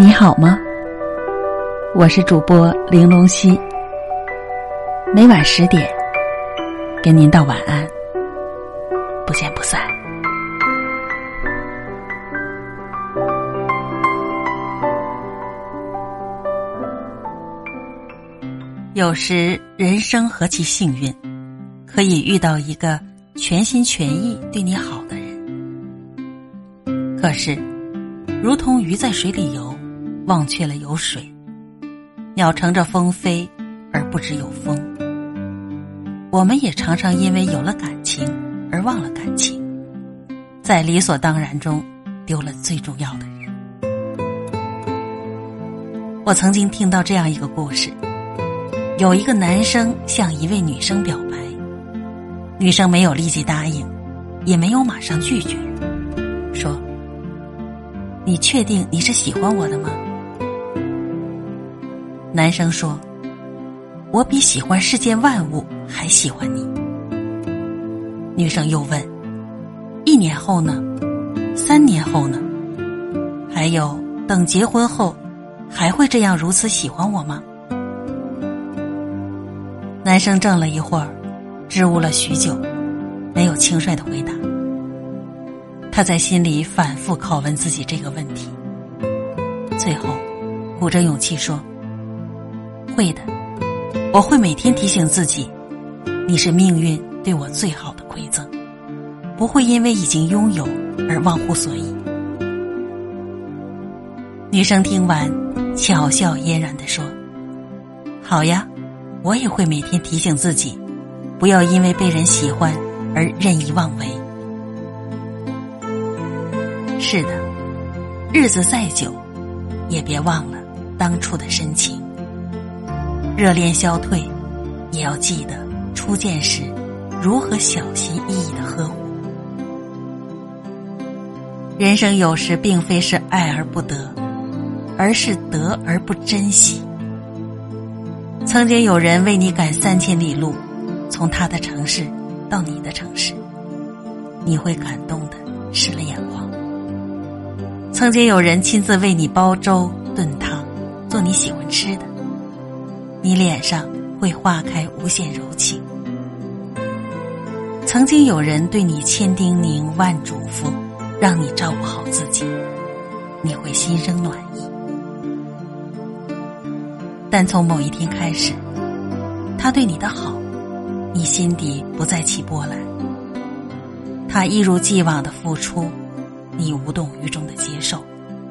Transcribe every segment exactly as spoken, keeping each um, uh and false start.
你好吗？我是主播玲珑溪，每晚十点跟您道晚安，不见不散。有时人生何其幸运，可以遇到一个全心全意对你好的人。可是如同鱼在水里游，忘却了有水；鸟乘着风飞，而不知有风。我们也常常因为有了感情而忘了感情，在理所当然中丢了最重要的人。我曾经听到这样一个故事，有一个男生向一位女生表白，女生没有立即答应，也没有马上拒绝，说：你确定你是喜欢我的吗？男生说：我比喜欢世间万物还喜欢你。女生又问：一年后呢？三年后呢？还有等结婚后还会这样如此喜欢我吗？男生怔了一会儿，支吾了许久，没有轻率的回答。他在心里反复拷问自己这个问题，最后鼓着勇气说：会的，我会每天提醒自己，你是命运对我最好的馈赠，不会因为已经拥有而忘乎所以。女生听完巧笑嫣然地说：好呀，我也会每天提醒自己，不要因为被人喜欢而任意妄为。是的，日子再久，也别忘了当初的深情。热恋消退，也要记得初见时如何小心翼翼的呵护。人生有时并非是爱而不得，而是得而不珍惜。曾经有人为你赶三千里路，从他的城市到你的城市，你会感动的湿了眼眶。曾经有人亲自为你煲粥炖汤，做你喜欢吃的，你脸上会化开无限柔情。曾经有人对你千叮咛万嘱咐，让你照顾好自己，你会心生暖意。但从某一天开始，他对你的好，你心底不再起波澜。他一如既往的付出，你无动于衷的接受。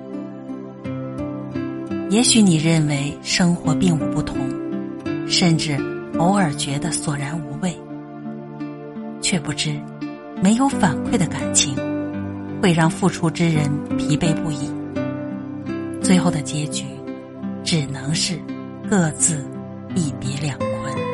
也许你认为生活并无不同，甚至偶尔觉得索然无味，却不知没有反馈的感情会让付出之人疲惫不已，最后的结局只能是各自一别两宽。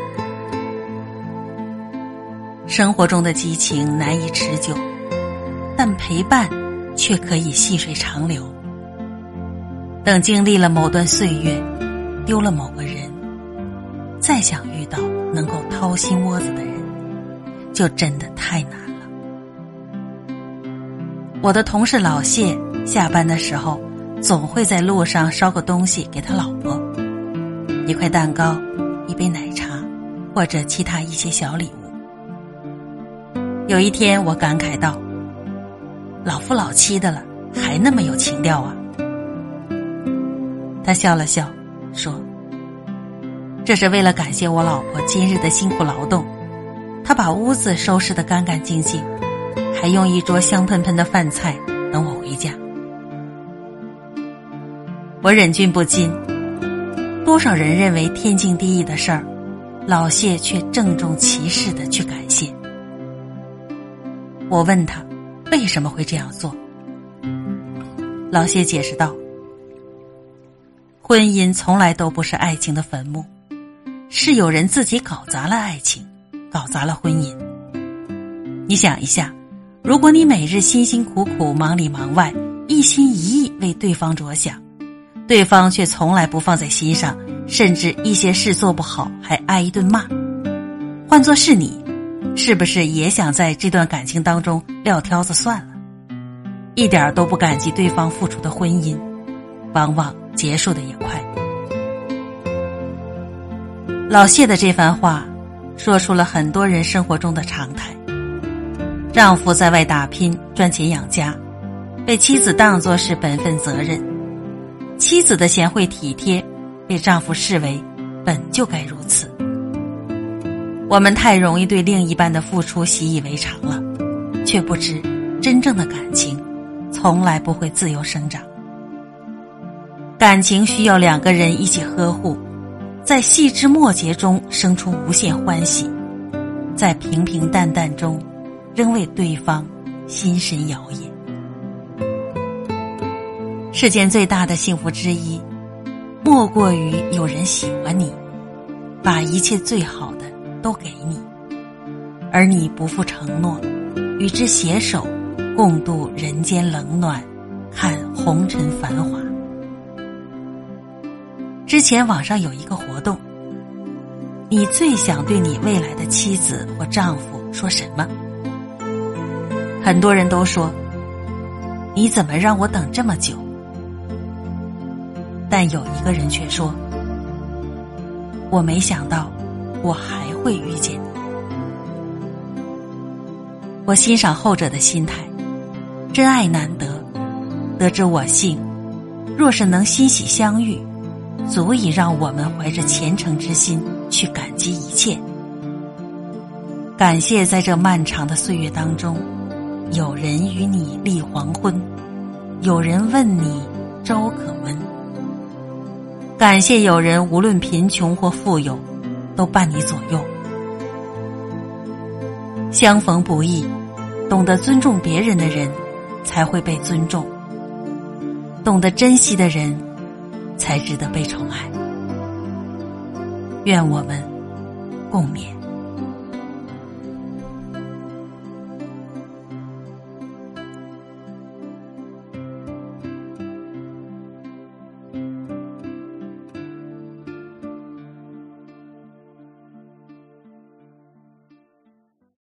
生活中的激情难以持久，但陪伴却可以细水长流。等经历了某段岁月，丢了某个人，再想遇到能够掏心窝子的人，就真的太难了。我的同事老谢下班的时候，总会在路上捎个东西给他老婆，一块蛋糕，一杯奶茶，或者其他一些小礼物。有一天我感慨道：老夫老妻的了，还那么有情调啊。他笑了笑说：这是为了感谢我老婆今日的辛苦劳动，她把屋子收拾得干干净净，还用一桌香喷喷的饭菜等我回家。我忍俊不禁，多少人认为天经地义的事儿，老谢却郑重其事地去感谢。我问他为什么会这样做，老谢解释道：婚姻从来都不是爱情的坟墓，是有人自己搞砸了爱情，搞砸了婚姻。你想一下，如果你每日辛辛苦苦忙里忙外，一心一意为对方着想，对方却从来不放在心上，甚至一些事做不好还挨一顿骂，换作是你，是不是也想在这段感情当中撂挑子算了，一点都不感激对方付出的婚姻，往往结束的也快。老谢的这番话说出了很多人生活中的常态。丈夫在外打拼赚钱养家，被妻子当作是本分责任，妻子的贤惠体贴被丈夫视为本就该如此。我们太容易对另一半的付出习以为常了，却不知真正的感情从来不会自由生长。感情需要两个人一起呵护，在细枝末节中生出无限欢喜，在平平淡淡中仍为对方心神摇曳。世间最大的幸福之一，莫过于有人喜欢你，把一切最好的都给你，而你不负承诺，与之携手共度人间冷暖，看红尘繁华。之前网上有一个活动，你最想对你未来的妻子或丈夫说什么？很多人都说，你怎么让我等这么久？但有一个人却说，我没想到我还会遇见你。我欣赏后者的心态，真爱难得，得之我幸，若是能欣喜相遇，足以让我们怀着虔诚之心去感激一切。感谢在这漫长的岁月当中，有人与你立黄昏，有人问你粥可温。感谢有人无论贫穷或富有，都伴你左右。相逢不易，懂得尊重别人的人才会被尊重，懂得珍惜的人才值得被宠爱。愿我们共勉。